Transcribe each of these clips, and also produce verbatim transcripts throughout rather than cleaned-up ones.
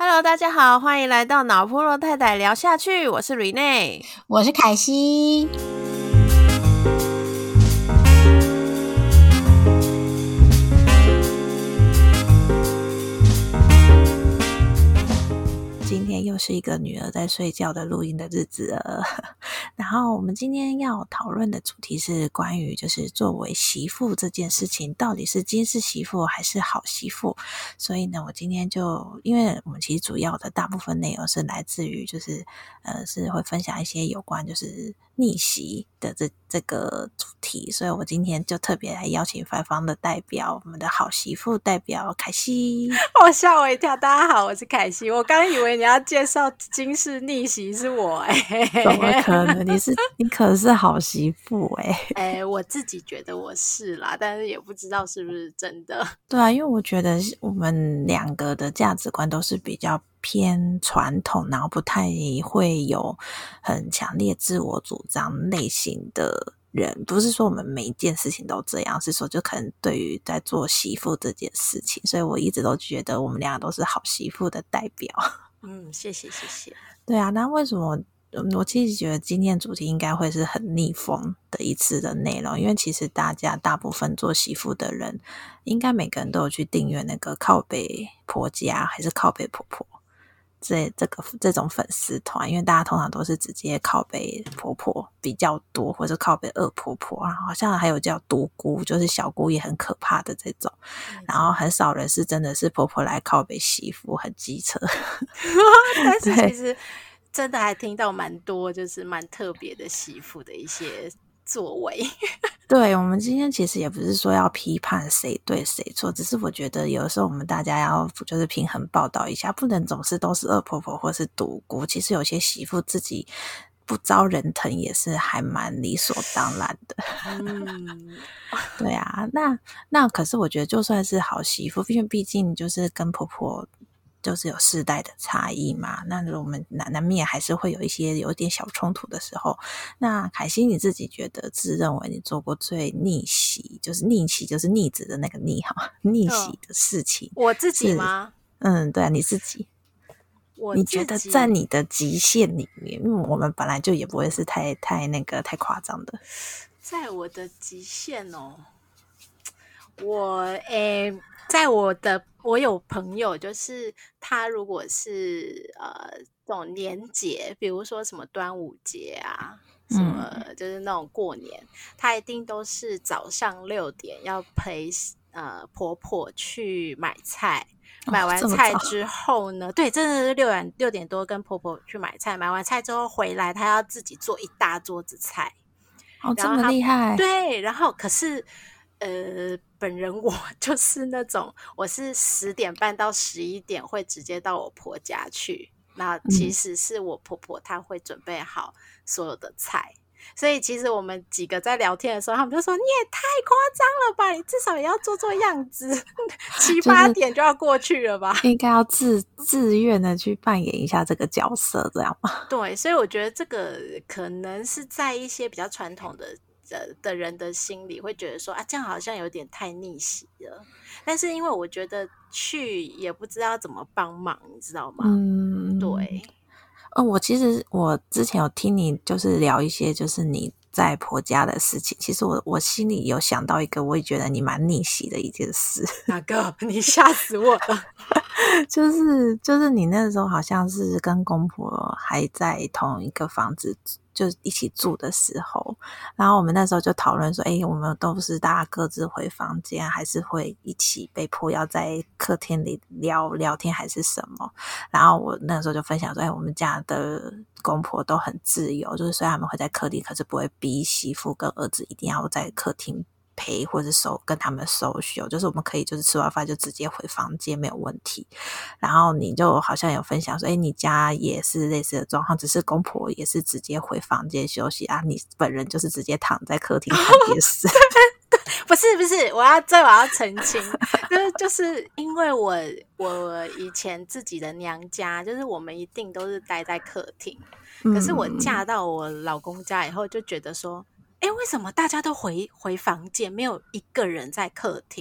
Hello， 大家好，欢迎来到脑波弱太太聊下去，我是 Renee， 我是凯西。 今天又是一个女儿在睡觉的录音的日子了。然后我们今天要讨论的主题是关于就是作为媳妇这件事情到底是金氏媳妇还是好媳妇。所以呢我今天就因为我们其实主要的大部分内容是来自于就是呃是会分享一些有关就是逆袭的这这个主题，所以我今天就特别来邀请反方的代表，我们的好媳妇代表凯西。 我吓我一跳，大家好，我是凯西。我刚以为你要介绍金氏逆袭是我哎、欸， 怎么可能？你是你可是好媳妇哎、欸！ 哎、欸，我自己觉得我是啦，但是也不知道是不是真的。 对啊，因为我觉得我们两个的价值观都是比较偏传统，然后不太会有很强烈自我主张类型的人。不是说我们每一件事情都这样，是说就可能对于在做媳妇这件事情，所以我一直都觉得我们俩都是好媳妇的代表。 嗯，谢谢谢谢。 对啊，那为什么我其实觉得今天的主题应该会是很逆风的一次的内容，因为其实大家大部分做媳妇的人应该每个人都有去订阅那个靠北婆家还是靠北婆婆这这个这种粉丝团，因为大家通常都是直接靠北婆婆比较多，或者靠北二婆婆，然后好像还有叫独姑，就是小姑也很可怕的这种，然后很少人是真的是婆婆来靠北媳妇，很机车。 但是其实真的还听到蛮多就是蛮特别的媳妇的一些作为。 对，我们今天其实也不是说要批判谁对谁错，只是我觉得有的时候我们大家要就是平衡报道一下，不能总是都是恶婆婆或是独姑，其实有些媳妇自己不招人疼也是还蛮理所当然的。嗯，对啊，那那可是我觉得就算是好媳妇，因为毕竟就是跟婆婆就是有世代的差异嘛，那我们难难免还是会有一些有点小冲突的时候。那凯西你自己觉得自认为你做过最逆袭，就是逆袭就是逆子的那个逆哈，逆袭的事情、 嗯、我自己吗？ 嗯，对啊，你自己我你觉得在你的极限里面，因为我们本来就也不会是太太那个太夸张的。 在我的极限哦，我诶，在我的我有朋友，就是他如果是呃这种年节，比如说什么端午节啊，什么就是那种过年，嗯、他一定都是早上六点要陪呃婆婆去买菜。买完菜之后呢，哦、对，真的是六点六点多跟婆婆去买菜，买完菜之后回来，她要自己做一大桌子菜。 哦，这么厉害！ 对，然后可是呃，本人我就是那种，我是十点半到十一点会直接到我婆家去，那其实是我婆婆她会准备好所有的菜。所以其实我们几个在聊天的时候，他们就说你也太夸张了吧，你至少也要做做样子，七八点就要过去了吧， 应该要自自愿的去扮演一下这个角色，这样吗？ 对，所以我觉得这个可能是在一些比较传统的的, 的人的心里会觉得说啊，这样好像有点太逆袭了。但是因为我觉得去也不知道怎么帮忙，你知道吗？嗯，对。 呃，我其实我之前有听你就是聊一些就是你在婆家的事情，其实我我心里有想到一个我也觉得你蛮逆袭的一件事。 哪个？你吓死我了！ 就是就是你那时候好像是跟公婆还在同一个房子就一起住的时候，然后我们那时候就讨论说，诶，我们都是大家各自回房间，还是会一起被迫要在客厅里聊聊天还是什么。然后我那时候就分享说，诶，我们家的公婆都很自由，就是虽然他们会在客厅，可是不会逼媳妇跟儿子一定要在客厅陪或者收跟他们social，就是我们可以就是吃完饭就直接回房间没有问题。然后你就好像有分享说，诶，你家也是类似的状况，只是公婆也是直接回房间休息啊，你本人就是直接躺在客厅看电视。 不是不是，我要这我要澄清，就是就是因为我我以前自己的娘家，就是我们一定都是待在客厅，可是我嫁到我老公家以后，就觉得说，哎，为什么大家都回回房间，没有一个人在客厅？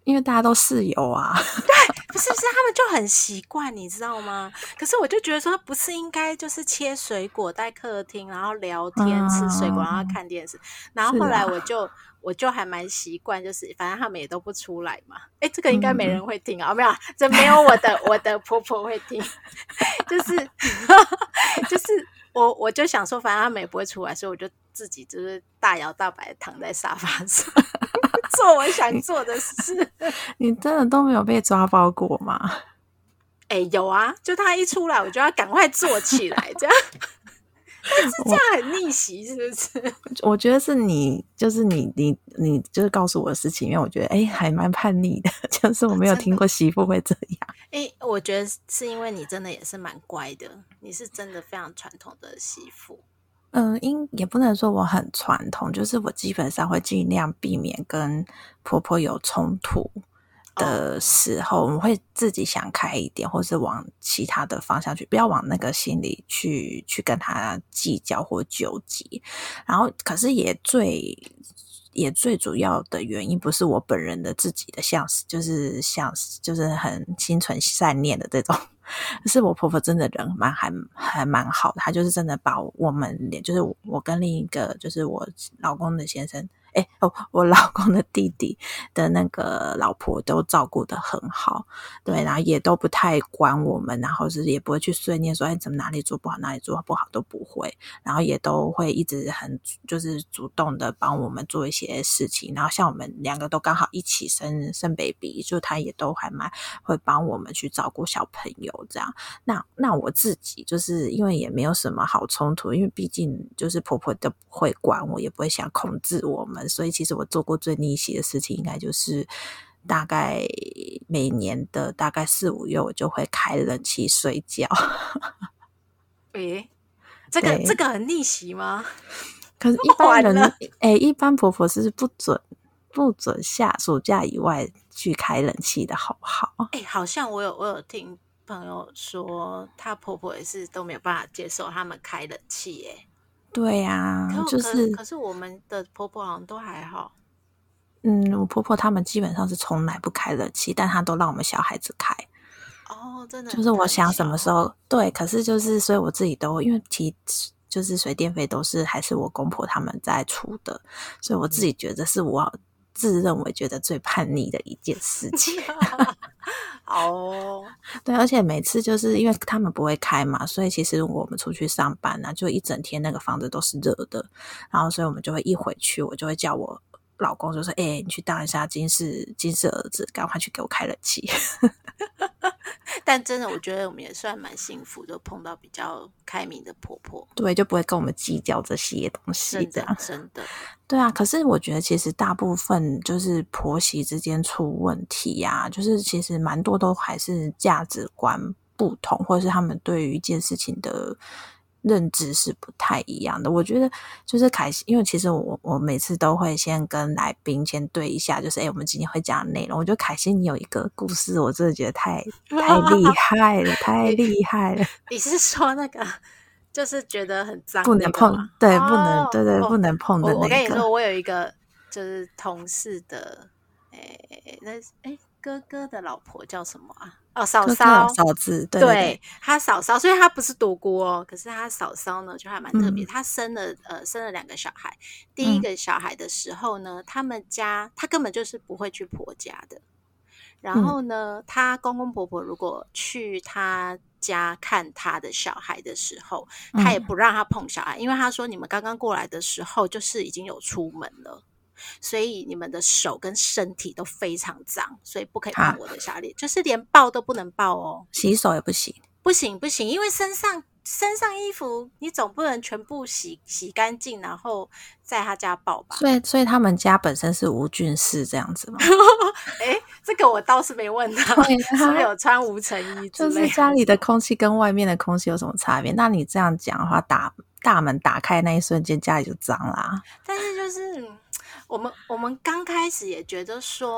因为大家都室友啊。 对，不是不是，他们就很习惯，你知道吗？可是我就觉得说，不是应该就是切水果在客厅，然后聊天、嗯、吃水果，然后看电视。然后后来我就、啊、我就还蛮习惯，就是反正他们也都不出来嘛。哎，这个应该没人会听啊，嗯、没有，这没有我的我的婆婆会听，就是就是我我就想说，反正他们也不会出来，所以我就自己就是大摇大摆躺在沙发上。做我想做的事。 你真的都没有被抓包过吗？ 哎、欸，有啊，就他一出来我就要赶快坐起来这样。但是这样很逆袭是不是？ 我, 我觉得是你就是你你你就是告诉我的事情，因为我觉得哎、欸、还蛮叛逆的，就是我没有听过媳妇会这样。 哎、欸，我觉得是因为你真的也是蛮乖的，你是真的非常传统的媳妇。 嗯，应也不能说我很传统，就是我基本上会尽量避免跟婆婆有冲突的时候，我们会自己想开一点，或是往其他的方向去，不要往那个心里去去跟她计较或纠结。然后，可是也最也最主要的原因不是我本人的自己的像就是像就是很心存善念的这种。可是我婆婆真的人蛮还还蛮好的，她就是真的把我们就是我跟另一个就是我老公的先生哎哦我老公的弟弟的那个老婆都照顾得很好，对，然后也都不太管我们，然后是也不会去碎念说哎怎么哪里做不好哪里做不好都不会，然后也都会一直很就是主动的帮我们做一些事情，然后像我们两个都刚好一起生生 baby， 就他也都还蛮会帮我们去照顾小朋友这样。那那我自己就是因为也没有什么好冲突，因为毕竟就是婆婆都不会管我，也不会想控制我们，所以其实我做过最逆袭的事情应该就是大概每年的大概四五月我就会开冷气睡觉。 诶，这个这个很逆袭吗？ 可是一般人诶，一般婆婆是不准不准下暑假以外去开冷气的好不好？ 诶，好像我有我有听朋友说她婆婆也是都没有办法接受他们开冷气耶。 对啊， 可就是可是我们的婆婆好像都还好。 嗯，我婆婆他们基本上是从来不开冷气，但她都让我们小孩子开。 哦，真的就是我想什么时候对，可是就是所以我自己都因为提就是水电费都是还是我公婆他们在出的，所以我自己觉得是我自认为觉得最叛逆的一件事情。 哦， 对，而且每次就是因为他们不会开嘛，所以其实我们出去上班啊，就一整天那个房子都是热的，然后所以我们就会一回去，我就会叫我老公就说：“哎、欸，你去当一下金氏金氏儿子，赶快去给我开冷气。” 但真的，我觉得我们也算蛮幸福的，碰到比较开明的婆婆。 对，就不会跟我们计较这些东西的。 真的，真的。 对啊，可是我觉得其实大部分就是婆媳之间出问题啊，就是其实蛮多都还是价值观不同，或者是他们对于一件事情的认知是不太一样的。我觉得就是凯西，因为其实我我每次都会先跟来宾先对一下，就是哎，我们今天会讲的内容。我觉得凯西你有一个故事，我真的觉得太太厉害了，太厉害了。 你是说那个？就是觉得很脏、那個， 不能碰，对， 哦、 不能，对对， 哦、 不能碰的那个。 我, 我跟你说，我有一个就是同事的，诶，那诶哥哥的老婆叫什么啊？哦，嫂嫂， 嫂子，对对, 对对， 他嫂嫂，所以他不是独孤哦，可是他嫂嫂呢就还蛮特别， 嗯、 他生了呃生了两个小孩，第一个小孩的时候呢，嗯、他们家他根本就是不会去婆家的。然后呢，他、嗯、公公婆婆如果去他家看他的小孩的时候，他也不让他碰小孩，嗯、因为他说你们刚刚过来的时候就是已经有出门了，所以你们的手跟身体都非常脏，所以不可以碰我的小孩，就是连抱都不能抱哦， 洗手也不行， 不行不行，因为身上身上衣服你总不能全部洗洗干净，然后在他家抱吧？ 所以所以他们家本身是无菌室这样子吗？ 哎，这个我倒是没问他，是不是有穿无尘衣之类的？ 就是家里的空气跟外面的空气有什么差别？那你这样讲的话，打大门打开那一瞬间，家里就脏啦。 但是就是我们我们刚开始也觉得说，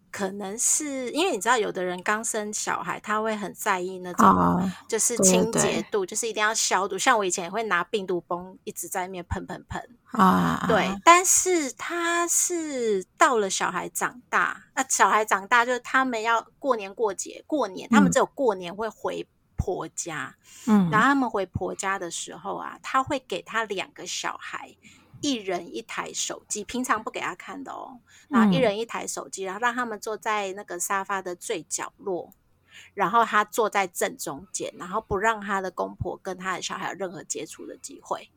可能是因为你知道，有的人刚生小孩，他会很在意那种哦， 就是对清洁对度，就是一定要消毒。像我以前也会拿病毒碴一直在那边喷喷喷， 啊， 对。但是他是到了小孩长大，那小孩长大就是他们要过年过节，过年他们嗯只有过年会回婆家，然嗯后他们回婆家的时候啊，他会给他两个小孩。一人一台手机，平常不给他看的哦。然后一嗯， 人一台手机，然后让他们坐在那个沙发的最角落，然后他坐在正中间，然后不让他的公婆跟他的小孩有任何接触的机会。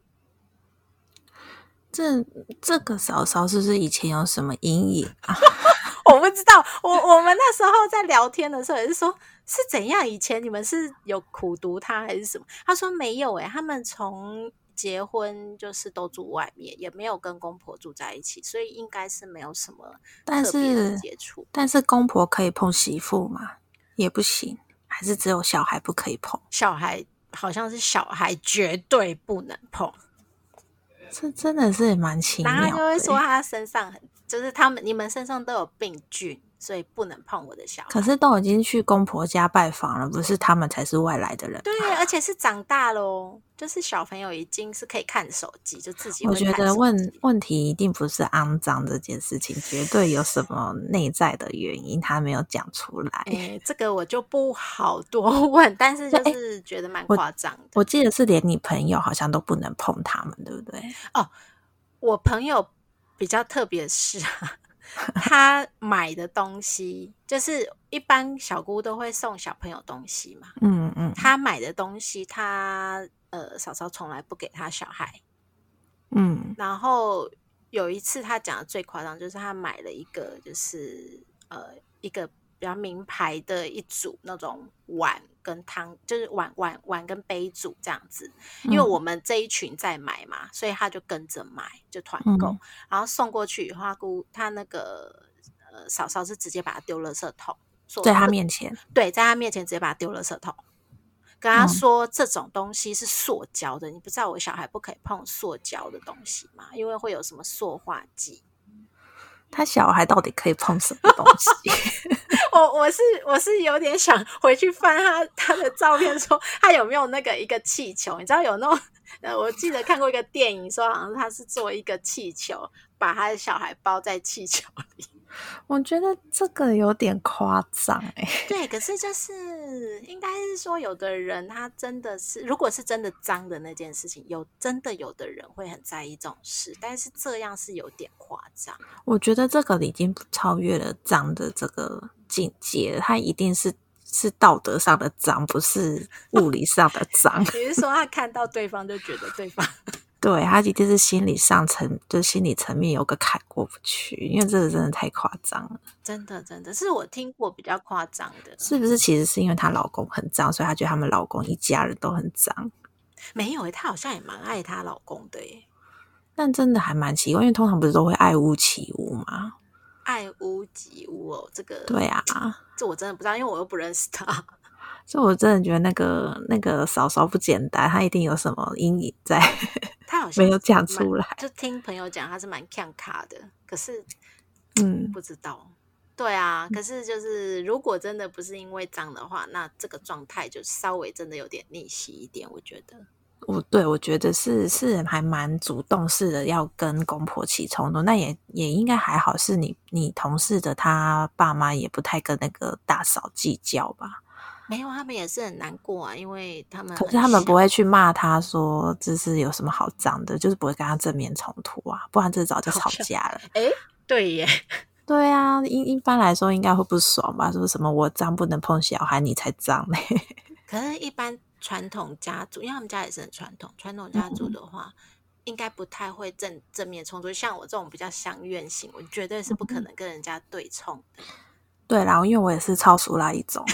这这个嫂嫂是不是以前有什么阴影啊？ 我不知道，我我们那时候在聊天的时候也是说，是怎样？以前你们是有苦读他还是什么？他说没有诶、欸，他们从结婚就是都住外面，也没有跟公婆住在一起，所以应该是没有什么但特别的是接触。 但是公婆可以碰媳妇吗？也不行，还是只有小孩不可以碰？ 小孩好像是小孩绝对不能碰。 这真的是蛮奇然后他妙的欸。 就会说他身上很，就是他们你们身上都有病菌，所以不能碰我的小孩。 可是都已经去公婆家拜访了，不是他们才是外来的人吗？ 对，而且是长大了哦，就是小朋友已经是可以看手机，就自己我觉得会看手机。 问问题一定不是肮脏这件事情，绝对有什么内在的原因，他没有讲出来。 哎，这个我就不好多问，但是就对是觉得蛮我夸张的。 我记得是连你朋友好像都不能碰他们，对不对？ 哦，我朋友比较特别是啊，他买的东西就是一般小姑都会送小朋友东西嘛， 嗯嗯他买的东西他呃嫂嫂从来不给他小孩。 嗯然后有一次他讲的最夸张，就是他买了一个就是呃一个比较名牌的一组那种碗跟汤，就是碗碗碗跟杯组这样子。因为我们这一群在买嘛，所以他就跟着买，就团购。 嗯然后送过去以后，他姑他那个呃嫂嫂是直接把它丢垃圾桶，说在他面前， 对，在他面前直接把它丢垃圾桶。跟他说这种东西是塑胶的，你不知道我小孩不可以碰塑胶的东西吗？因为会有什么塑化剂。 他小孩到底可以碰什么东西？ 我我是我是有点想回去翻他他的照片，说他有没有那个一个气球？你知道有那种呃，我记得看过一个电影，说好像他是做一个气球，把他的小孩包在气球里。 我觉得这个有点夸张哎。 对，可是就是应该是说，有的人他真的是，如果是真的脏的那件事情，有真的有的人会很在意这种事，但是这样是有点夸张。 我觉得这个已经超越了脏的这个境界了，它一定是是道德上的脏，不是物理上的脏。 比如说他看到对方就觉得对方对，他一定是心理上层，就是心理层面有个坎过不去，因为这个真的太夸张了。 真的真的是我听过比较夸张的。 是不是其实是因为她老公很脏，所以她觉得他们老公一家人都很脏？ 没有诶、欸，她好像也蛮爱她老公的耶、欸。 但真的还蛮奇怪，因为通常不是都会爱屋及乌吗？ 爱屋及乌哦，这个对啊， 这我真的不知道，因为我又不认识他。 所以我真的觉得那个那个嫂嫂不简单，她一定有什么阴影在， 他好像没有讲出来。 就听朋友讲他是蛮看卡的，可是嗯， 不知道。对啊，可是就是如果真的不是因为脏的话，那这个状态就稍微真的有点逆袭一点，我觉得。 我对我觉得是是还蛮主动式的，要跟公婆起冲突，那也也应该还好，是你你同事的他爸妈也不太跟那个大嫂计较吧？ 没有，他们也是很难过啊，因为他们可是他们不会去骂他说这是有什么好脏的，就是不会跟他正面冲突啊，不然这早就吵架了。 哎，对耶。 对啊，一一般来说应该会不爽吧？说什么我脏不能碰小孩，你才脏嘞。 可是，一般传统家族，因为他们家也是很传统，传统家族的话，嗯、应该不太会正正面冲突。像我这种比较相怨型，我绝对是不可能跟人家对冲的。 对啦，因为我也是超熟那一种。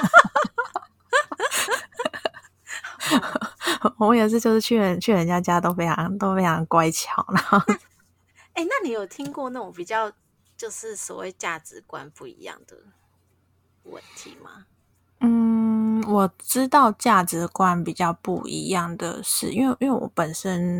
我也是，就是去人去人家家都非常都非常乖巧，然后， 哎，那你有听过那种比较就是所谓价值观不一样的问题吗？ 嗯，我知道价值观比较不一样的是，因为因为我本身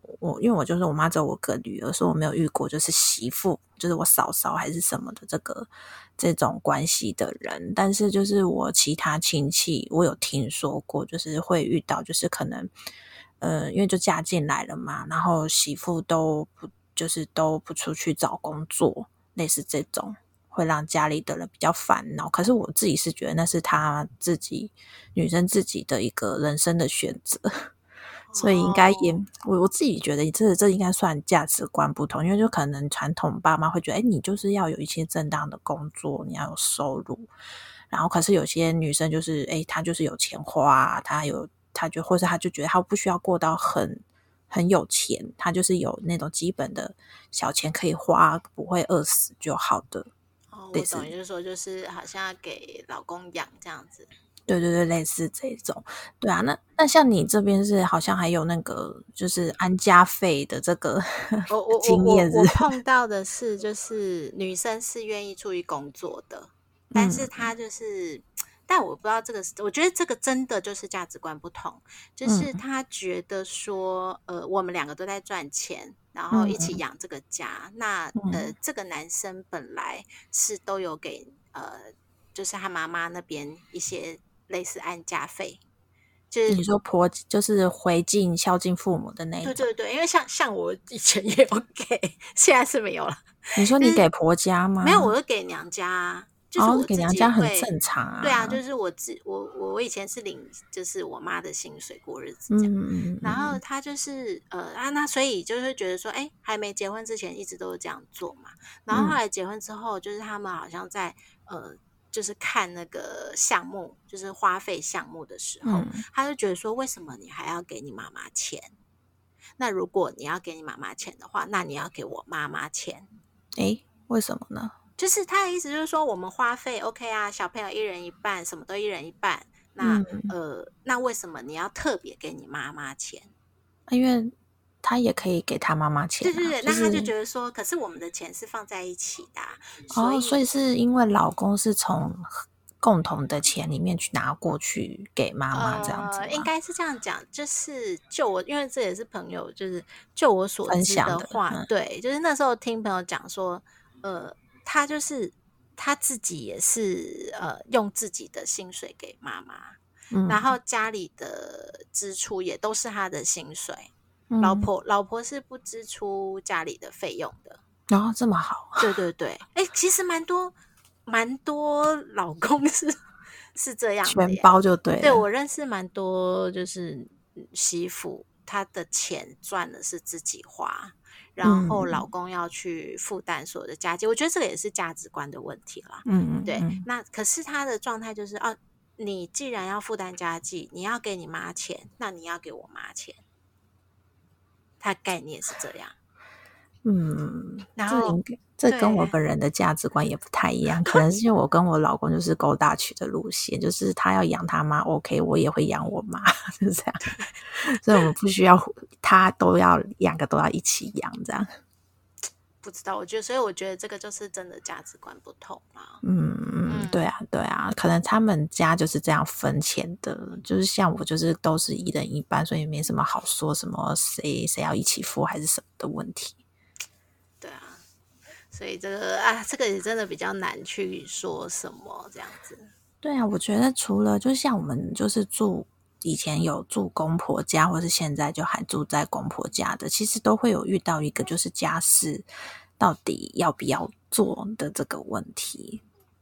我因为我就是我妈只有我个女儿，所以我没有遇过就是媳妇，就是我嫂嫂还是什么的这个这种关系的人。但是就是我其他亲戚，我有听说过，就是会遇到，就是可能呃，因为就嫁进来了嘛，然后媳妇都不就是都不出去找工作，类似这种。会让家里的人比较烦恼，可是我自己是觉得那是她自己女生自己的一个人生的选择，所以应该也、oh. 我我自己觉得这这应该算价值观不同，因为就可能传统爸妈会觉得，哎，你就是要有一些正当的工作，你要有收入，然后可是有些女生就是，哎，她就是有钱花，她有她就或是她就觉得她不需要过到很。很有钱，她就是有那种基本的小钱可以花，不会饿死就好的。 哦，我懂，就是说，就是好像要给老公养这样子。 对对对，类似这种。对啊，那那像你这边是好像还有那个就是安家费的这个我我经验是， 我我碰到的是，就是女生是愿意出去工作的，但是她就是。嗯但我不知道这个，我觉得这个真的就是价值观不同，就是他觉得说，嗯、呃，我们两个都在赚钱，然后一起养这个家。嗯、那呃，这个男生本来是都有给呃，就是他妈妈那边一些类似安家费，就是你说婆就是回敬孝敬父母的那一种。 对对对，因为像像我以前也有给，现在是没有了。 你说你给婆家吗？ 没有，我是给娘家。就是我自己会、 哦、给娘家很正常啊。 对啊，就是我自我我我以前是领就是我妈的薪水过日子这样，嗯、然后他就是呃啊那所以就是觉得说，哎，还没结婚之前一直都是这样做嘛，然后后来结婚之后，就是他们好像在呃就是看那个项目，就是花费项目的时候，嗯、他就觉得说，为什么你还要给你妈妈钱？那如果你要给你妈妈钱的话，那你要给我妈妈钱。 哎，为什么呢？ 就是他的意思就是说，我们花费 OK 啊，小朋友一人一半，什么都一人一半。那、嗯、呃，那为什么你要特别给你妈妈钱？ 因为他也可以给他妈妈钱、啊。 对对对， 就是、 那他就觉得说，可是我们的钱是放在一起的、啊，所以、 哦、所以是因为老公是从共同的钱里面去拿过去给妈妈这样子吗？ 呃，应该是这样讲，就是就我，因为这也是朋友，就是就我所知的话，的嗯、对，就是那时候听朋友讲说，呃。他就是他自己也是呃用自己的薪水给妈妈、嗯，然后家里的支出也都是他的薪水，嗯、老婆老婆是不支出家里的费用的。 哦，这么好？ 对对对，哎，其实蛮多蛮多老公是是这样的， 全包就对了。 对，我认识蛮多就是媳妇，她的钱赚的是自己花。然后老公要去负担所有的家计、嗯，我觉得这个也是价值观的问题啦。嗯嗯，对。那可是他的状态就是哦，你既然要负担家计，你要给你妈钱，那你要给我妈钱。他概念是这样。 嗯，然后这, 这跟我本人的价值观也不太一样，可能是因为我跟我老公就是勾大曲的路线，就是他要养他妈 OK， 我也会养我妈，就是这样。所以我们不需要他都要两个都要一起养这样。 不知道，我觉得，所以我觉得这个就是真的价值观不同啊。 嗯嗯，对啊对啊，可能他们家就是这样分钱的，就是像我就是都是一人一半，所以没什么好说什么谁谁要一起付还是什么的问题。 对啊，所以这个啊，这个也真的比较难去说什么这样子。 对啊，我觉得除了就像我们就是住以前有住公婆家，或是现在就还住在公婆家的，其实都会有遇到一个就是家事到底要不要做的这个问题。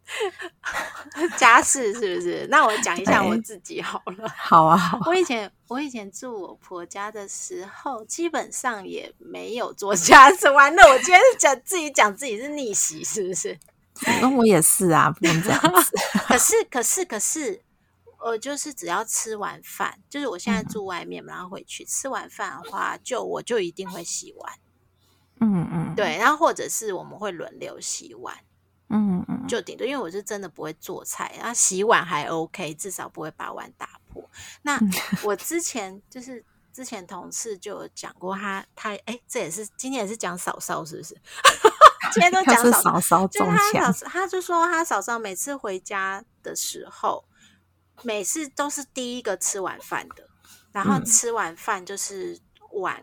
家事是不是？那我讲一下我自己好了。 好啊，好啊。 我以前我以前住我婆家的时候，基本上也没有做家事。完了，我今天是讲自己讲自己是逆袭，是不是？ 那我也是啊，不能这样子。 可是，可是，可是，我就是只要吃完饭，就是我现在住外面，嗯、然后回去吃完饭的话，就我就一定会洗碗。 嗯嗯， 对，然后或者是我们会轮流洗碗。 嗯嗯， 就顶多因为我是真的不会做菜，然后洗碗还 OK， 至少不会把碗打破。那我之前就是之前同事就有讲过他，他哎，这也是今天也是讲嫂嫂是不是？今天都讲嫂嫂， 就是他嫂，他就说他嫂嫂每次回家的时候，每次都是第一个吃完饭的，然后吃完饭就是碗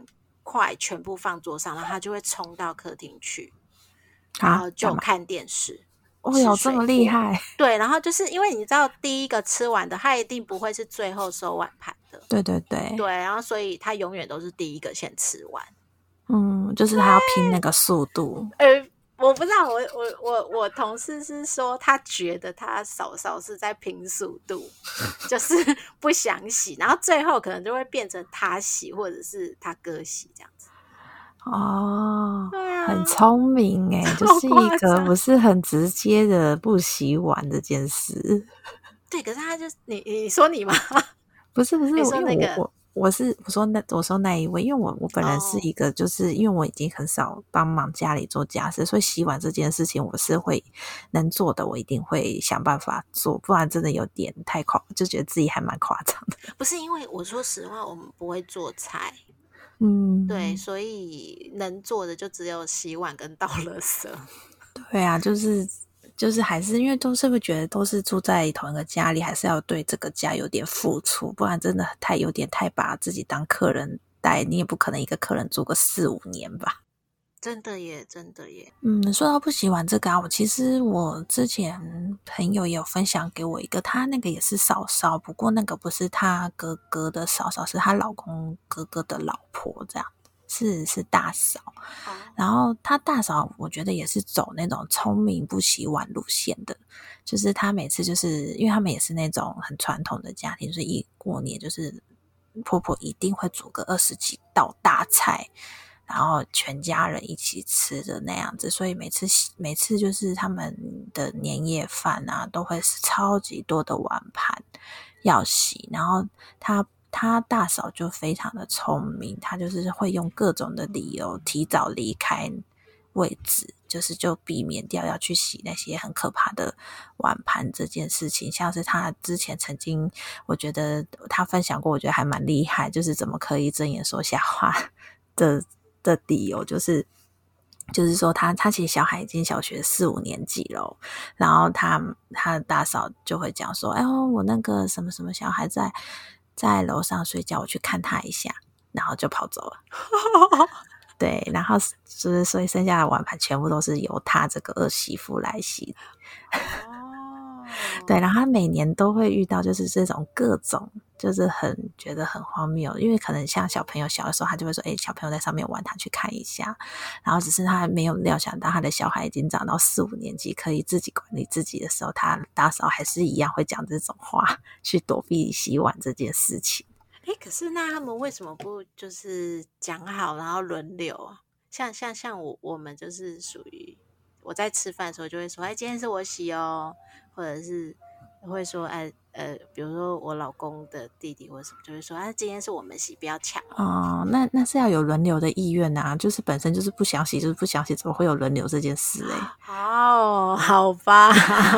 块全部放桌上，然后他就会冲到客厅去， 啊然后就干嘛看电视。 哦哟，这么厉害！ 对，然后就是因为你知道，第一个吃完的，他一定不会是最后收碗盘的。 对对对对，然后所以他永远都是第一个先吃完。 嗯，就是他要拼那个速度。 呃，我不知道，我我我我同事是说，他觉得他嫂嫂是在拼速度，就是不想洗，然后最后可能就会变成他洗，或者是他哥洗这样子。 哦， 对啊， 很聪明诶，就是一个不是很直接的不洗碗这件事。 对，可是他就是你你说你吗？ 不是不是， 你说那个因为我我我是我说那我说那一位，因为我我本人是一个，就是、oh. 因为我已经很少帮忙家里做家事，所以洗碗这件事情我是会能做的，我一定会想办法做，不然真的有点太夸，就觉得自己还蛮夸张的。 不是因为我说实话，我们不会做菜。 嗯， 对，所以能做的就只有洗碗跟倒垃圾。 对啊，就是就是还是因为都是会觉得都是住在同一个家里，还是要对这个家有点付出，不然真的太有点太把自己当客人待，你也不可能一个客人住个四五年吧。 真的耶，真的耶。 嗯，说到不洗碗这个啊，我其实我之前朋友也有分享给我一个，她那个也是嫂嫂，不过那个不是她哥哥的嫂嫂，是她老公哥哥的老婆，这样是是大嫂。 哦、 然后她大嫂我觉得也是走那种聪明不洗碗路线的，就是她每次就是因为他们也是那种很传统的家庭，就是一过年就是婆婆一定会煮个二十几道大菜。然后全家人一起吃的那样子，所以每次每次就是他们的年夜饭啊，都会是超级多的碗盘要洗。然后他他大嫂就非常的聪明，他就是会用各种的理由提早离开位置，就是就避免掉要去洗那些很可怕的碗盘这件事情。像是他之前曾经，我觉得他分享过，我觉得还蛮厉害，就是怎么可以睁眼说瞎话的。的理由就是就是说他他其实小孩已经小学四五年级了，然后他他的大嫂就会讲说，哎呦我那个什么什么小孩在在楼上睡觉，我去看他一下，然后就跑走了。对，然后就是所以剩下的碗盘全部都是由他这个儿媳妇来洗。对，然后他每年都会遇到就是这种各种就是很觉得很荒谬，因为可能像小朋友小的时候他就会说，诶小朋友在上面玩，他去看一下，然后只是他没有料想到他的小孩已经长到四五年级可以自己管理自己的时候，他大嫂还是一样会讲这种话去躲避洗碗这件事情。 诶可是那他们为什么不就是讲好然后轮流啊？像像像我我们就是属于我在吃饭的时候就会说，哎今天是我洗哦，或者是会说哎呃比如说我老公的弟弟或者什么就会说，哎今天是我们洗不要抢哦、嗯、那那是要有轮流的意愿啊，就是本身就是不想洗就是不想洗，怎么会有轮流这件事欸？ 哦好吧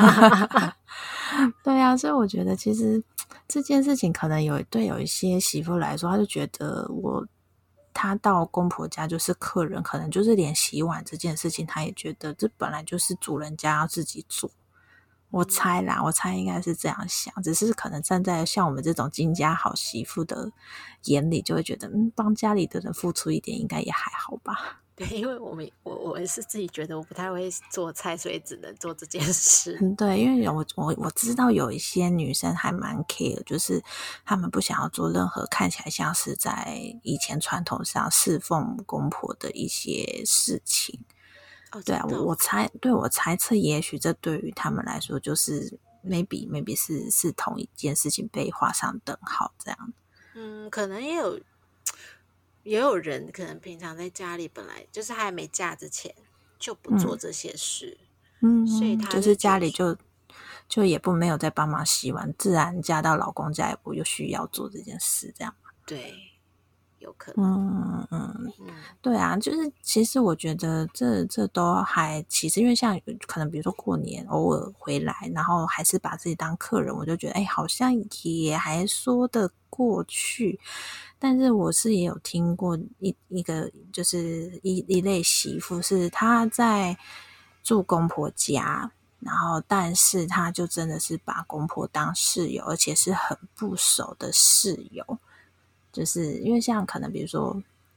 对啊，所以我觉得其实这件事情可能有对有一些媳妇来说，她就觉得我她到公婆家就是客人，可能就是连洗碗这件事情，她也觉得这本来就是主人家要自己做。我猜啦，我猜应该是这样想，只是可能站在像我们这种金家好媳妇的眼里，就会觉得嗯，帮家里的人付出一点，应该也还好吧。 对，因为我们我我是自己觉得我不太会做菜，所以只能做这件事。 嗯，对，因为我我我知道有一些女生还蛮 care，就是她们不想要做任何看起来像是在以前传统上侍奉公婆的一些事情。 哦， 对啊，我我猜，对我猜测，也许这对于他们来说，就是 maybe maybe 是是同一件事情被画上等号这样。 嗯，可能也有。也有人可能平常在家里本来就是还没嫁之前就不做这些事， 嗯， 所以他就是家里就就也不没有在帮忙洗碗，自然嫁到老公家也不就需要做这件事，这样嘛？ 对，有可能。 嗯嗯嗯，对啊，就是其实我觉得这这都还其实因为像可能比如说过年偶尔回来，然后还是把自己当客人，我就觉得哎，好像也还说得过去。但是我是也有听过一一个就是一一类媳妇是她在住公婆家，然后但是她就真的是把公婆当室友，而且是很不熟的室友。就是因为像可能比如说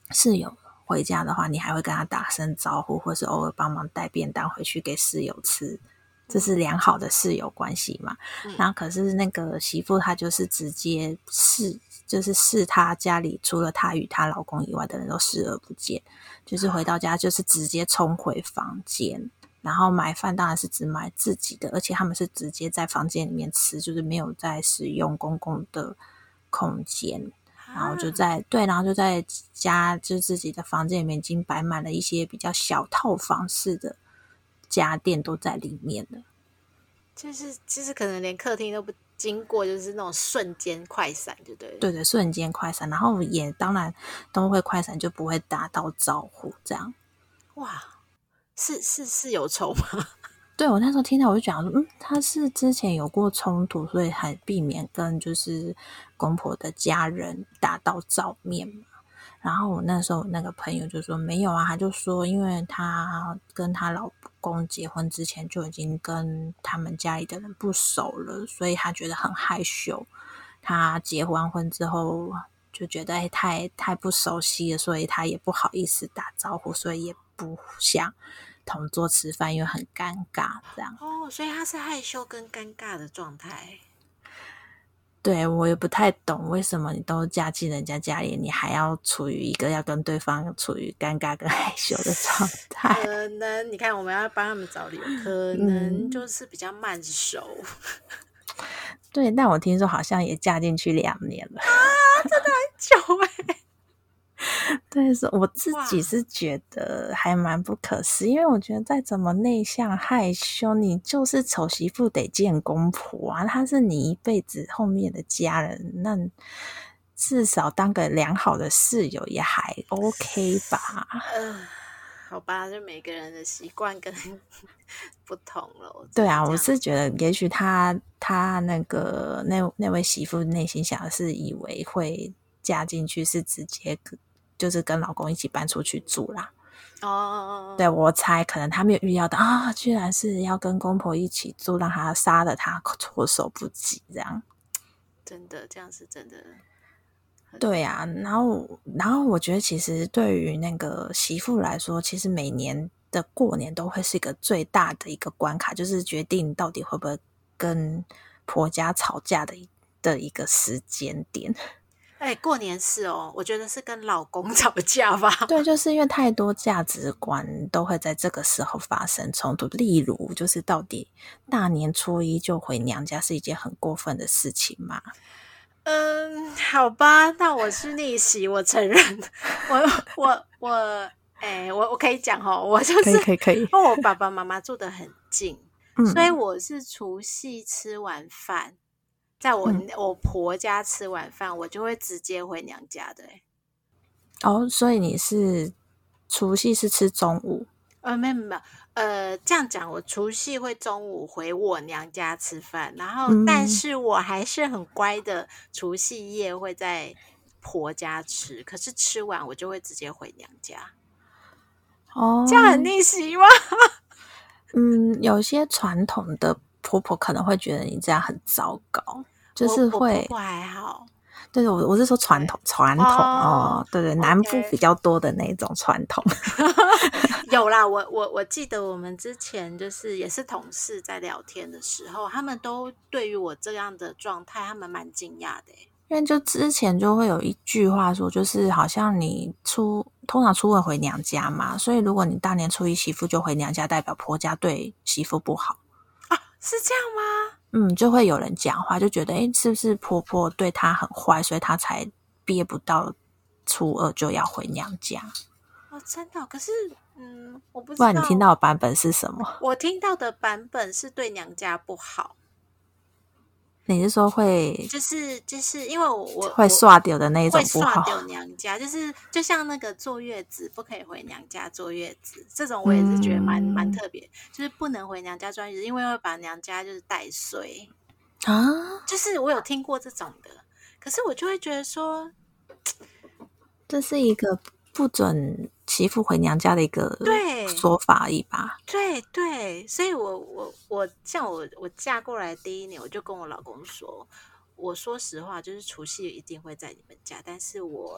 室友回家的话，你还会跟他打声招呼，或是偶尔帮忙带便当回去给室友吃，这是良好的室友关系嘛。嗯、然后可是那个媳妇她就是直接视，就是视她家里除了她与她老公以外的人都视而不见，就是回到家就是直接冲回房间，然后买饭当然是只买自己的，而且他们是直接在房间里面吃，就是没有在使用公共的空间。然后就在对，然后就在家，就自己的房间里面已经摆满了一些比较小套房式的家电都在里面了， 就是就是可能连客厅都不经过，就是那种瞬间快闪，就对了。 对对，瞬间快闪，然后也当然都会快闪，就不会打到招呼这样。 哇，是是是有仇吗？ 对，我那时候听到我就讲说，嗯，他是之前有过冲突，所以还避免跟就是公婆的家人打到照面嘛。然后我那时候那个朋友就说没有啊，他就说因为他跟他老公结婚之前就已经跟他们家里的人不熟了，所以他觉得很害羞。他结完婚之后就觉得、欸、太太不熟悉了，所以他也不好意思打招呼，所以也不想同桌吃饭，因为很尴尬这样。 哦，所以他是害羞跟尴尬的状态。 对，我也不太懂为什么你都嫁进人家家里，你还要处于一个要跟对方处于尴尬跟害羞的状态。 可能你看我们要帮他们找理由，可能就是比较慢熟。 嗯、对，但我听说好像也嫁进去两年了啊，真的很久哎、欸。 对，是我自己是觉得还蛮不可思议，因为我觉得再怎么内向害羞，你就是丑媳妇得见公婆啊，他是你一辈子后面的家人，那至少当个良好的室友也还 OK 吧。 呃，好吧，就每个人的习惯跟不同了。 对啊，我是觉得也许他他那个那那位媳妇内心想的是以为会嫁进去是直接就是跟老公一起搬出去住啦。 哦， 对，我猜可能他没有预料到啊，居然是要跟公婆一起住，让他杀了他措手不及这样。 真的，这样是真的。 对啊，然后然后我觉得其实对于那个媳妇来说，其实每年的过年都会是一个最大的一个关卡，就是决定到底会不会跟婆家吵架的的一个时间点。 哎、欸，过年是哦，我觉得是跟老公吵架吧。 对，就是因为太多价值观都会在这个时候发生冲突。例如，就是到底大年初一就回娘家是一件很过分的事情吗？ 嗯，好吧，那我是逆袭，我承认。我我我，哎、欸，我我可以讲哦，我就是可以可以可以， 因为我爸爸妈妈住得很近， 嗯、 所以我是除夕吃完饭。在我、嗯、我婆家吃完饭，我就会直接回娘家的、欸。 哦，所以你是除夕是吃中午？ 呃，没有没有，呃，这样讲，我除夕会中午回我娘家吃饭，然后、嗯、但是我还是很乖的，除夕夜会在婆家吃，可是吃完我就会直接回娘家。 哦， 这样很逆袭吗？ 嗯，有些传统的婆婆可能会觉得你这样很糟糕，就是会。 我婆婆还好。 对，我我是说传统传统哦，对对， okay. 南部比较多的那种传统。 有啦，我我我记得我们之前就是也是同事在聊天的时候，他们都对于我这样的状态，他们蛮惊讶的。 因为就之前就会有一句话说，就是好像你初通常初二回娘家嘛，所以如果你大年初一媳妇就回娘家，代表婆家对媳妇不好啊？是这样吗？ 嗯，就会有人讲话，就觉得诶，是不是婆婆对她很坏，所以她才憋不到初二就要回娘家？ 哦，真的？可是，嗯，我不知道。 不然你听到的版本是什么？ 我听到的版本是对娘家不好。 你是说会， 就是就是因为我我会刷掉的那一种不好， 会刷掉娘家，就是就像那个坐月子不可以回娘家坐月子，这种我也是觉得蛮蛮、嗯、特别，就是不能回娘家坐月子，因为会把娘家就是带衰啊。 就是我有听过这种的，可是我就会觉得说， 这是一个不准媳妇回娘家的一个说法而已吧？ 对对，所以我我我像我我嫁过来第一年，我就跟我老公说，我说实话，就是除夕一定会在你们家，但是我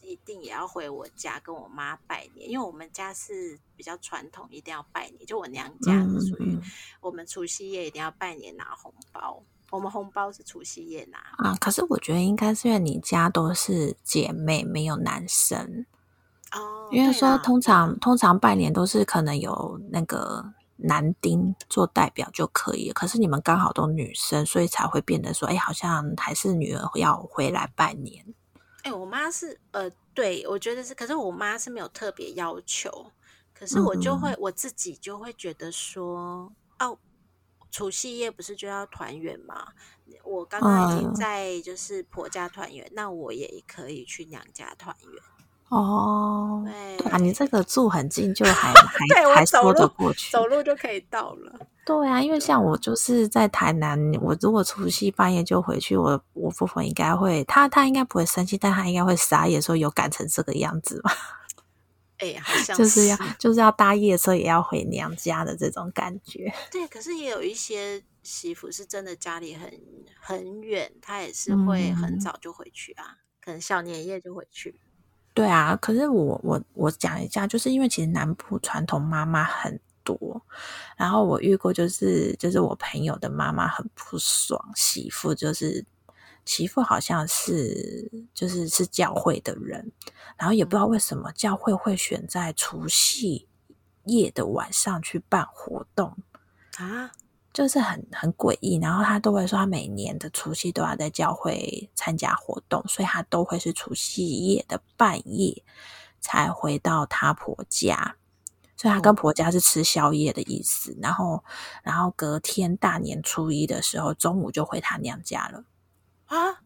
一定也要回我家跟我妈拜年，因为我们家是比较传统，一定要拜年。就我娘家是属于我们除夕夜一定要拜年拿红包，我们红包是除夕夜拿啊。可是我觉得应该是因为你家都是姐妹，没有男生哦。 因为说通常通常拜年都是可能有那个男丁做代表就可以了，可是你们刚好都女生，所以才会变得说，哎，好像还是女儿要回来拜年。 哎，我妈是呃，对，我觉得是，可是我妈是没有特别要求，可是我就会、嗯、我自己就会觉得说，哦，除夕夜不是就要团圆吗？我刚刚已经在就是婆家团圆、嗯，那我也可以去娘家团圆。 哦， 对啊，你这个住很近，就还还还说得过去， 走路就可以到了。 对啊，因为像我就是在台南，我如果除夕半夜就回去，我我婆婆应该会，她她应该不会生气，但她应该会傻眼，说有赶成这个样子吗？ 哎、欸，好像是就是要就是要搭夜车也要回娘家的这种感觉。 对，可是也有一些媳妇是真的家里很很远，她也是会很早就回去啊，嗯、可能小年夜就回去。 对啊，可是我我我讲一下，就是因为其实南部传统妈妈很多，然后我遇过就是就是我朋友的妈妈很不爽，媳妇就是媳妇好像是就是是教会的人，然后也不知道为什么教会会选在除夕夜的晚上去办活动啊。 就是很很诡异，然后他都会说他每年的除夕都要在教会参加活动，所以他都会是除夕夜的半夜才回到他婆家，所以他跟婆家是吃宵夜的意思、哦、然后然后隔天大年初一的时候中午就回他娘家了啊。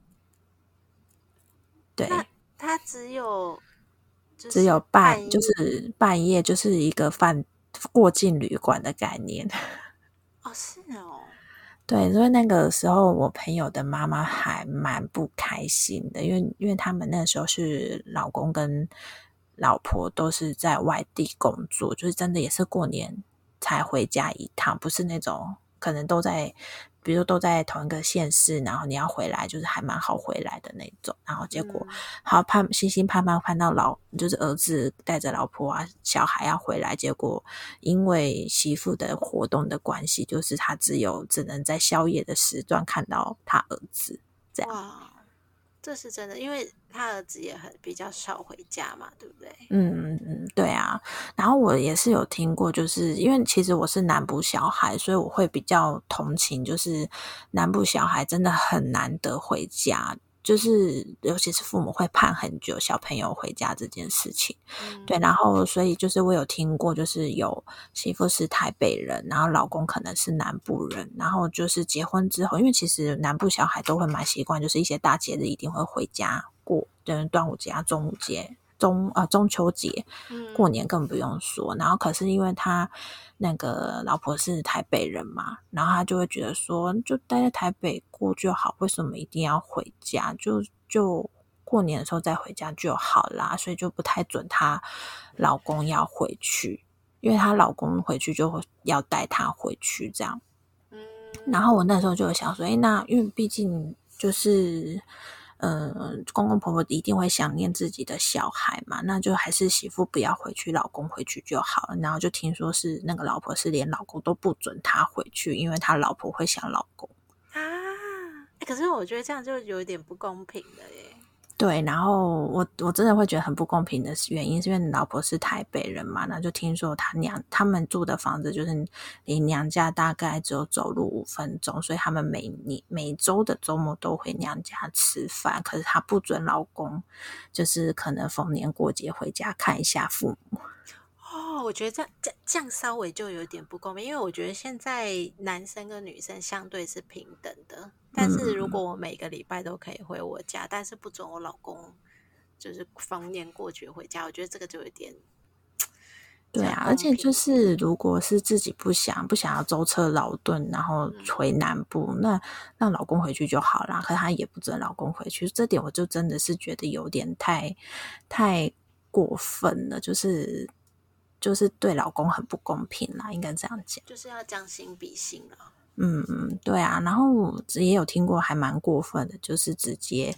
对， 他只有、就是、 只有半就是半夜就是一个饭过境旅馆的概念哦，是哦， 对，所以那个时候我朋友的妈妈还蛮不开心的，因为因为他们那时候是老公跟老婆都是在外地工作，就是真的也是过年才回家一趟，不是那种可能都在比如说都在同一个县市，然后你要回来就是还蛮好回来的那种，然后结果、嗯、好盼星星盼盼盼到老就是儿子带着老婆啊小孩要回来，结果因为媳妇的活动的关系，就是他只有只能在宵夜的时段看到他儿子这样。 哇，这是真的，因为他儿子也很比较少回家嘛，对不对？ 嗯嗯嗯，对啊。然后我也是有听过，就是因为其实我是南部小孩，所以我会比较同情，就是南部小孩真的很难得回家，就是尤其是父母会盼很久小朋友回家这件事情、嗯、对，然后所以就是我有听过，就是有媳妇是台北人，然后老公可能是南部人，然后就是结婚之后，因为其实南部小孩都会蛮习惯，就是一些大节日一定会回家过，就是端午节啊中午节中啊中秋节过年更不用说、嗯、然后可是因为他那个老婆是台北人嘛，然后他就会觉得说就待在台北过就好，为什么一定要回家，就就过年的时候再回家就好啦，所以就不太准她老公要回去，因为她老公回去就要带她回去这样。然后我那时候就有想说，诶，那因为毕竟就是呃，公公婆婆一定会想念自己的小孩嘛，那就还是媳妇不要回去，老公回去就好了。然后就听说是那个老婆是连老公都不准他回去，因为他老婆会想老公啊。可是我觉得这样就有点不公平了耶。 对，然后我我真的会觉得很不公平的原因是因为老婆是台北人嘛，那就听说他娘他们住的房子就是离娘家大概只有走路五分钟，所以他们每年每周的周末都回娘家吃饭，可是他不准老公就是可能逢年过节回家看一下父母。 哦，我觉得这样这这样稍微就有点不公平，因为我觉得现在男生跟女生相对是平等的，但是如果我每个礼拜都可以回我家、嗯、但是不准我老公就是逢年过节回家，我觉得这个就有点对啊，而且就是如果是自己不想不想要舟车劳顿然后回南部、嗯、那让老公回去就好啦，可是他也不准老公回去，这点我就真的是觉得有点太太过分了，就是就是对老公很不公平啦，应该这样讲， 就是要将心比心啦。 嗯嗯，对啊，然后也有听过还蛮过分的，就是直接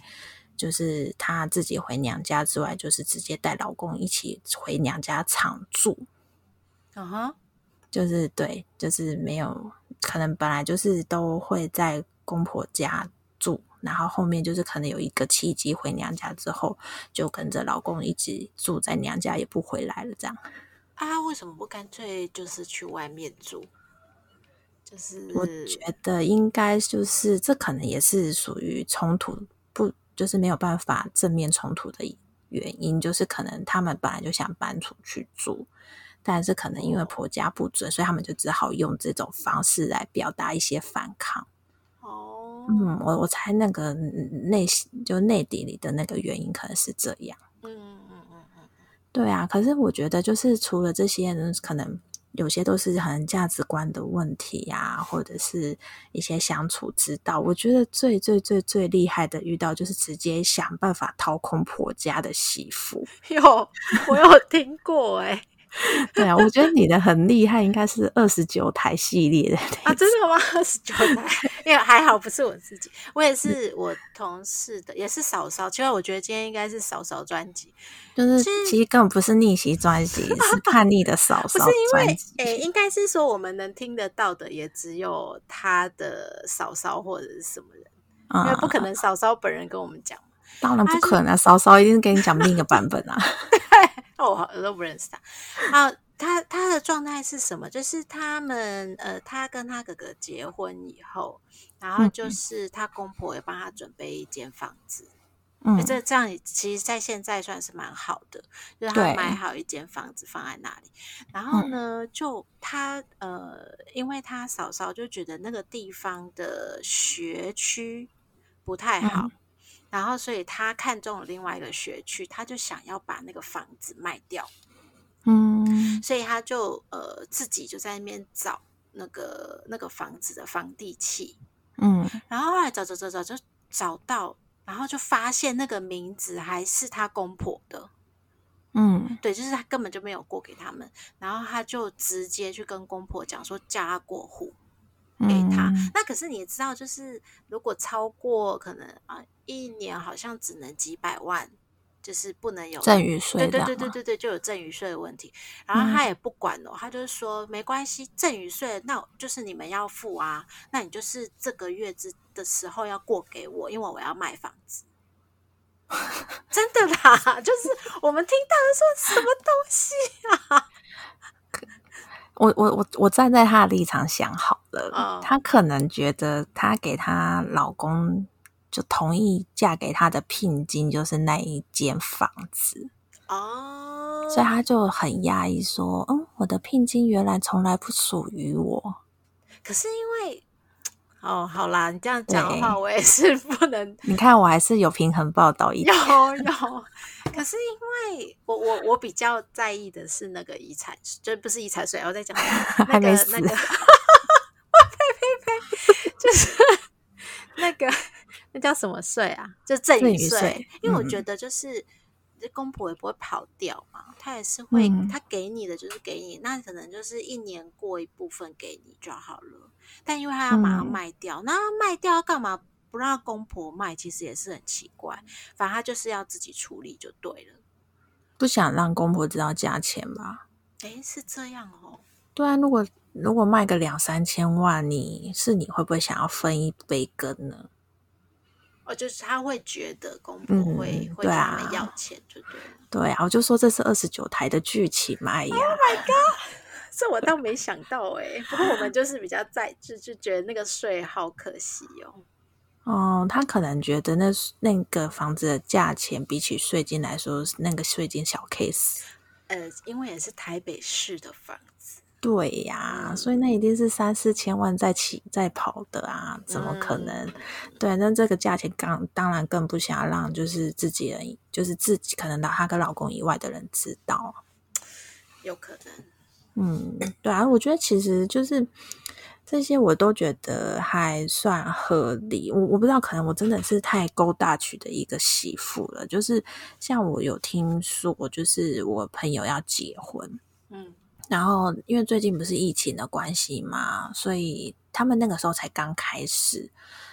就是她自己回娘家之外，就是直接带老公一起回娘家常住。 嗯哼， 就是对，就是没有可能本来就是都会在公婆家住，然后后面就是可能有一个契机回娘家之后，就跟着老公一直住在娘家，也不回来了这样。 啊，为什么不干脆就是去外面住？就是我觉得应该就是这可能也是属于冲突，不就是没有办法正面冲突的原因，就是可能他们本来就想搬出去住，但是可能因为婆家不准，所以他们就只好用这种方式来表达一些反抗。 哦， 嗯，我我猜那个内就内底里的那个原因可能是这样。 嗯嗯嗯嗯嗯， 对啊，可是我觉得就是除了这些人，可能有些都是可能价值观的问题啊，或者是一些相处之道。我觉得最最最最厉害的遇到就是直接想办法掏空婆家的媳妇。 有我有听过哎、欸。 对啊，我觉得你的很厉害，应该是二十九台系列的啊，真的吗？二十九台，因为还好不是我自己，我也是我同事的，也是嫂嫂。其实我觉得今天应该是嫂嫂专辑， 就是其实根本不是逆袭专辑，是叛逆的嫂嫂不是因为专辑。 诶，应该是说我们能听得到的也只有他的嫂嫂或者是什么人， 嗯， 因为不可能嫂嫂本人跟我们讲嘛。 当然不可能啊，嫂嫂一定跟你讲另一个版本啊。 对，我我都不认识他。啊，他他的状态是什么？就是他们呃，他跟他哥哥结婚以后，然后就是他公婆也帮他准备一间房子。嗯，这这样其实在现在算是蛮好的，就是他买好一间房子放在那里，然后呢，就他呃，因为他嫂嫂就觉得那个地方的学区不太好。嗯，然后，所以他看中了另外一个学区，他就想要把那个房子卖掉。嗯，所以他就呃自己就在那边找那个那个房子的房地契。嗯，然后后来找找找找就找到，然后就发现那个名字还是他公婆的。嗯，对，就是他根本就没有过给他们，然后他就直接去跟公婆讲说叫他过户。给他、嗯，那可是你也知道，就是如果超过可能啊一年，好像只能几百万，就是不能有赠与税， 对对对对对对，就有赠与税的问题。然后他也不管哦，嗯、他就是说没关系，赠与税那就是你们要付啊，那你就是这个月之的时候要过给我，因为我要卖房子。真的啦，就是我们听到的说什么东西啊？ 我我我我站在他的立场想好了，哦，他可能觉得他给他老公就同意嫁给他的聘金就是那一间房子哦，所以他就很压抑说，嗯，我的聘金原来从来不属于我。 可是因为哦，好啦，你这样讲的话，我也是不能。 你看，我还是有平衡报道一点。 有有，可是因为我我我比较在意的是那个遗产，就不是遗产税，我在讲那个还没死那个，呸呸呸，就是那个那叫什么税啊？就赠与税。因为我觉得就是。嗯公婆也不会跑掉嘛，他也是会，嗯、他给你的就是给你，那可能就是一年过一部分给你就好了。但因为他要马上卖掉，嗯、那卖掉要干嘛？不让公婆卖，其实也是很奇怪。反正他就是要自己处理就对了， 不想让公婆知道价钱吧？ 诶，是这样哦。 对啊，如果如果卖个两三千万，你是你会不会想要分一杯羹呢？ 哦，就是他会觉得公婆会、嗯、会跟他们要钱，就对了。 对啊，我就说这是二十九台的剧情嘛。哎呀 ，Oh my god， 这我倒没想到哎、欸。不过我们就是比较在就就觉得那个税好可惜哦。 哦，他可能觉得那那个房子的价钱比起税金来说，那个税金小 case。 呃，因为也是台北市的房子。 对呀、啊嗯，所以那一定是三四千万在起在跑的啊，怎么可能？嗯、对，那这个价钱刚当然更不想让就是自己人，就是自己可能他跟老公以外的人知道， 有可能。 嗯，对啊，我觉得其实就是这些我都觉得还算合理。我我不知道，可能我真的是太勾大曲的一个媳妇了。就是像我有听说，就是我朋友要结婚，嗯。然后因为最近不是疫情的关系嘛，所以他们那个时候才刚开始，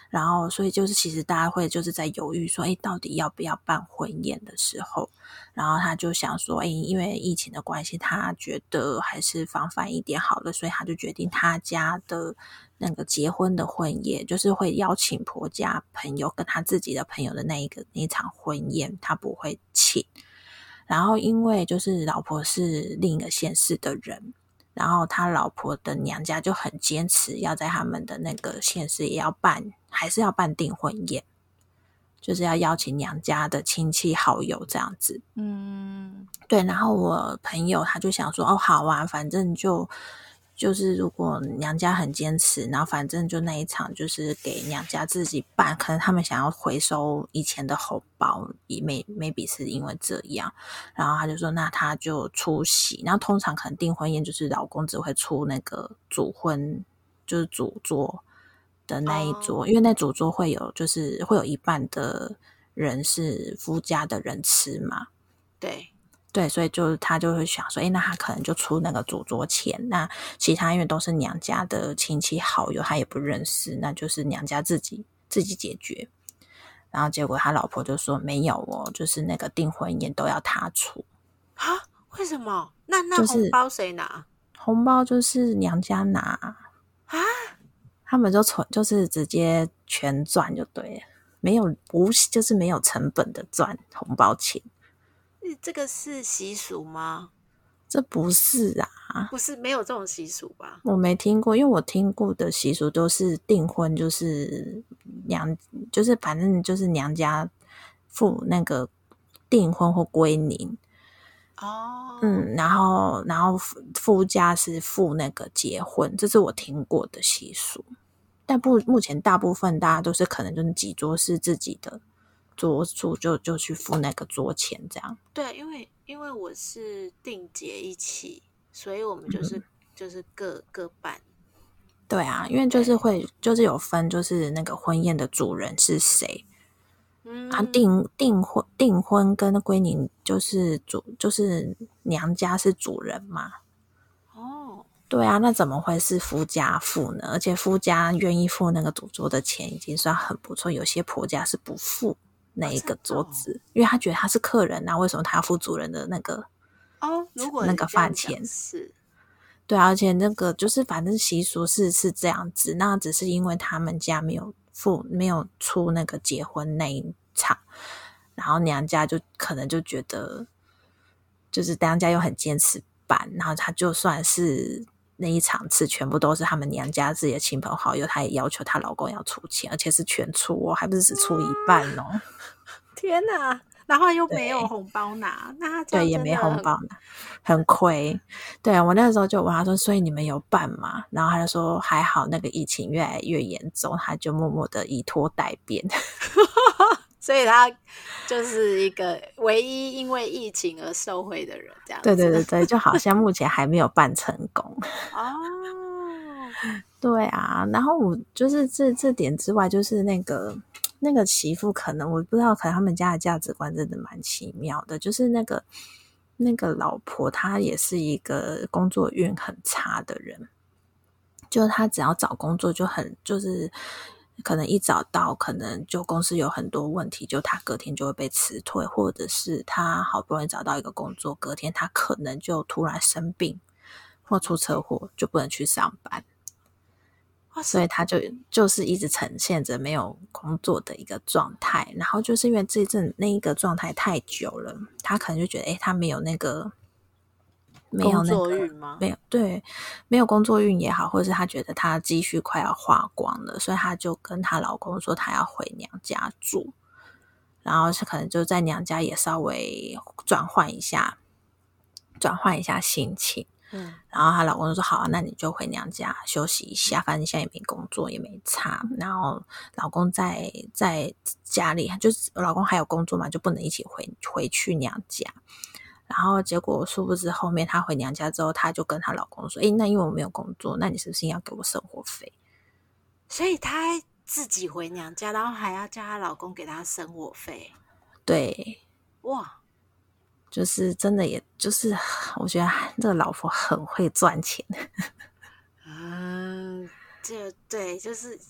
然后所以就是其实大家会就是在犹豫说，诶，到底要不要办婚宴的时候，然后他就想说，诶，因为疫情的关系，他觉得还是防范一点好了，所以他就决定他家的那个结婚的婚宴，就是会邀请婆家朋友跟他自己的朋友的那一个那一场婚宴，他不会请。然后因为就是老婆是另一个县市的人，然后他老婆的娘家就很坚持要在他们的那个县市也要办，还是要办订婚宴，就是要邀请娘家的亲戚好友这样子。 嗯， 对，然后我朋友他就想说，哦，好啊，反正就就是如果娘家很坚持，然后反正就那一场就是给娘家自己办，可能他们想要回收以前的红包，也 maybe 是因为这样，然后他就说那他就出席，然后通常可能订婚宴就是老公只会出那个主婚，就是主桌的那一桌， 哦， 因为那主桌会有就是会有一半的人是夫家的人吃嘛。 对， 对，所以就他就会想说，诶，那他可能就出那个主桌钱，那其他因为都是娘家的亲戚好友，他也不认识，那就是娘家自己自己解决。然后结果他老婆就说没有哦，就是那个订婚宴都要他出。 啊？为什么？那那就是红包谁拿红包就是娘家拿， 啊？ 他们就纯就是直接全赚就对了，没有无就是没有成本的赚红包钱。 这个是习俗吗？ 这不是啊， 不是，没有这种习俗吧？ 我没听过，因为我听过的习俗都是订婚，就是娘，就是反正就是娘家付那个订婚或归宁， 哦， 嗯，然后然后夫夫家是付那个结婚，这是我听过的习俗。但不目前大部分大家都是可能就是几桌是自己的桌数，就就去付那个桌钱这样。 对，因为因为我是订结一起，所以我们就是、嗯、就是各各办。 对啊，因为就是会就是有分，就是那个婚宴的主人是谁。 嗯， 啊，订订婚订婚跟归宁就是主就是娘家是主人嘛。 哦， 对啊，那怎么会是夫家付呢？而且夫家愿意付那个主桌的钱已经算很不错，有些婆家是不付那一个桌子，哦哦、因为他觉得他是客人啊，为什么他要付主人的那个哦？如果那个饭钱是。 对啊，而且那个就是反正习俗是是这样子，那只是因为他们家没有付没有出那个结婚那一场，然后娘家就可能就觉得就是娘家又很坚持办，然后他就算是那一场次全部都是他们娘家自己的亲朋好友，他也要求她老公要出钱，而且是全出哦，还不是只出一半哦。 天哪！然后又没有红包拿，那他这样对也没红包拿，很亏。对啊，我那时候就问他说：“所以你们有办吗？”然后他就说：“还好，那个疫情越来越严重，他就默默的以拖待变。” 所以他就是一个唯一因为疫情而受惠的人，这样子。 对对对对，就好像目前还没有办成功。 哦， 对啊，然后我就是这这点之外，就是那个。那个媳妇可能我不知道，可能他们家的价值观真的蛮奇妙的。就是那个那个老婆，她也是一个工作运很差的人，就她只要找工作就很就是可能一找到，可能就公司有很多问题，就她隔天就会被辞退，或者是她好不容易找到一个工作，隔天她可能就突然生病或出车祸，就不能去上班。所以他就就是一直呈现着没有工作的一个状态，然后就是因为这阵那一个状态太久了，他可能就觉得，诶，他没有那个没有那个工作运吗？ 没有对，没有工作运也好，或者是他觉得他积蓄快要花光了，所以他就跟她老公说他要回娘家住，然后是可能就在娘家也稍微转换一下，转换一下心情。嗯，然后她老公就说好啊，那你就回娘家休息一下，反正你现在也没工作也没差。然后老公在在家里，就是老公还有工作嘛，就不能一起回回去娘家。然后结果殊不知后面她回娘家之后，她就跟她老公说：“诶，那因为我没有工作，那你是不是要给我生活费？” 所以她自己回娘家，然后还要叫她老公给她生活费。 对， 哇！ 就是真的，也就是我觉得这个老婆很会赚钱。 嗯，就对，就是就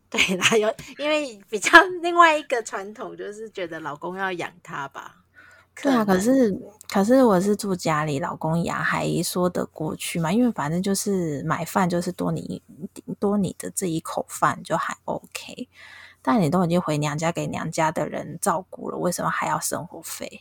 对啦，有因为比较另外一个传统就是觉得老公要养她吧。 对啊，可是可是我是住家里，老公养还说得过去嘛，因为反正就是买饭就是多你多你的这一口饭就还 OK， 但你都已经回娘家给娘家的人照顾了，为什么还要生活费？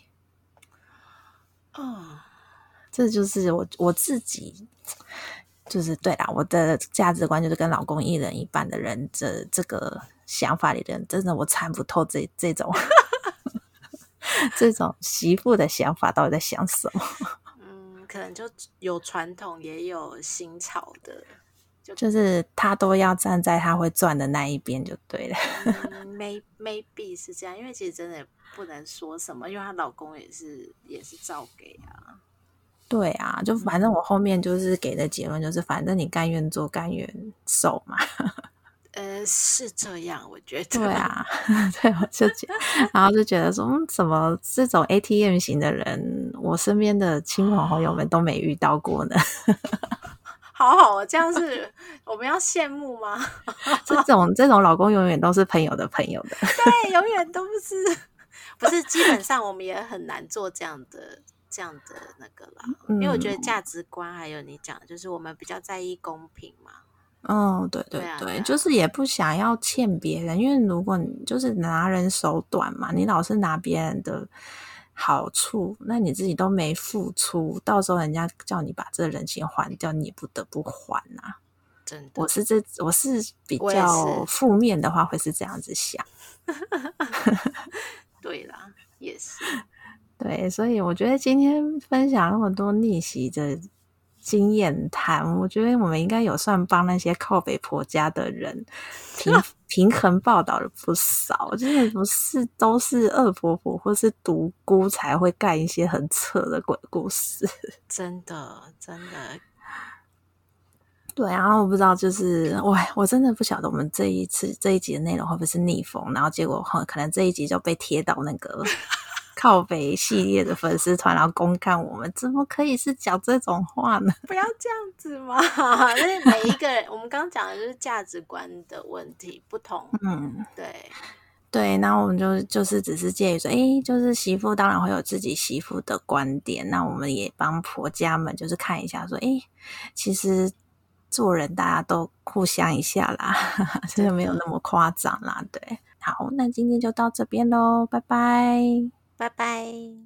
哦， 这就是我我自己就是对啦，我的价值观就是跟老公一人一半的人，这这个想法里的人，真的我参不透这这种这种媳妇的想法到底在想什么。 嗯，可能就有传统也有新潮的， 就就是他都要站在他会赚的那一边就对了。 嗯，may maybe 是这样，因为其实真的不能说什么，因为她老公也是也是照给啊。 对啊，就反正我后面就是给的结论就是，反正你甘愿做甘愿受嘛。 呃，是这样，我觉得。 对啊，对，我就觉得，然后就觉得说，嗯，怎么这种 A T M 型的人，我身边的亲朋好友们都没遇到过呢？ 好好哦，这样是我们要羡慕吗？ 这种这种老公永远都是朋友的朋友的。 对，永远都不是，不是，基本上我们也很难做这样的这样的那个啦， 嗯、 因为我觉得价值观还有你讲的，就是我们比较在意公平嘛。 哦，对对对啊， 对， 对啊， 就是也不想要欠别人，因为如果你就是拿人手短嘛，你老是拿别人的好处，那你自己都没付出，到时候人家叫你把这个人情还掉，你也不得不还啊。 真的， 我是这我是比我也较是负面的话，会是这样子想。 对啦，也是。 对，所以我觉得今天分享那么多逆袭的经验谈，我觉得我们应该有算帮那些靠北婆家的人平平衡报道了不少，就是不是都是恶婆婆或是独孤才会干一些很扯的鬼故事。 真的真的。 对，然后我不知道，就是我我真的不晓得我们这一次这一集的内容会不会是逆风，然后结果可能这一集就被贴到那个靠北系列的粉丝团，然后公干我们，怎么可以是讲这种话呢？ 不要这样子嘛！因为每一个人，我们刚刚讲的就是价值观的问题不同。 嗯， 对对，那我们就就是只是介于说，诶，就是媳妇当然会有自己媳妇的观点，那我们也帮婆家们就是看一下，说，诶，其实做人大家都互相一下啦，所以没有那么夸张啦。对，好，那今天就到这边咯，拜拜。 拜拜。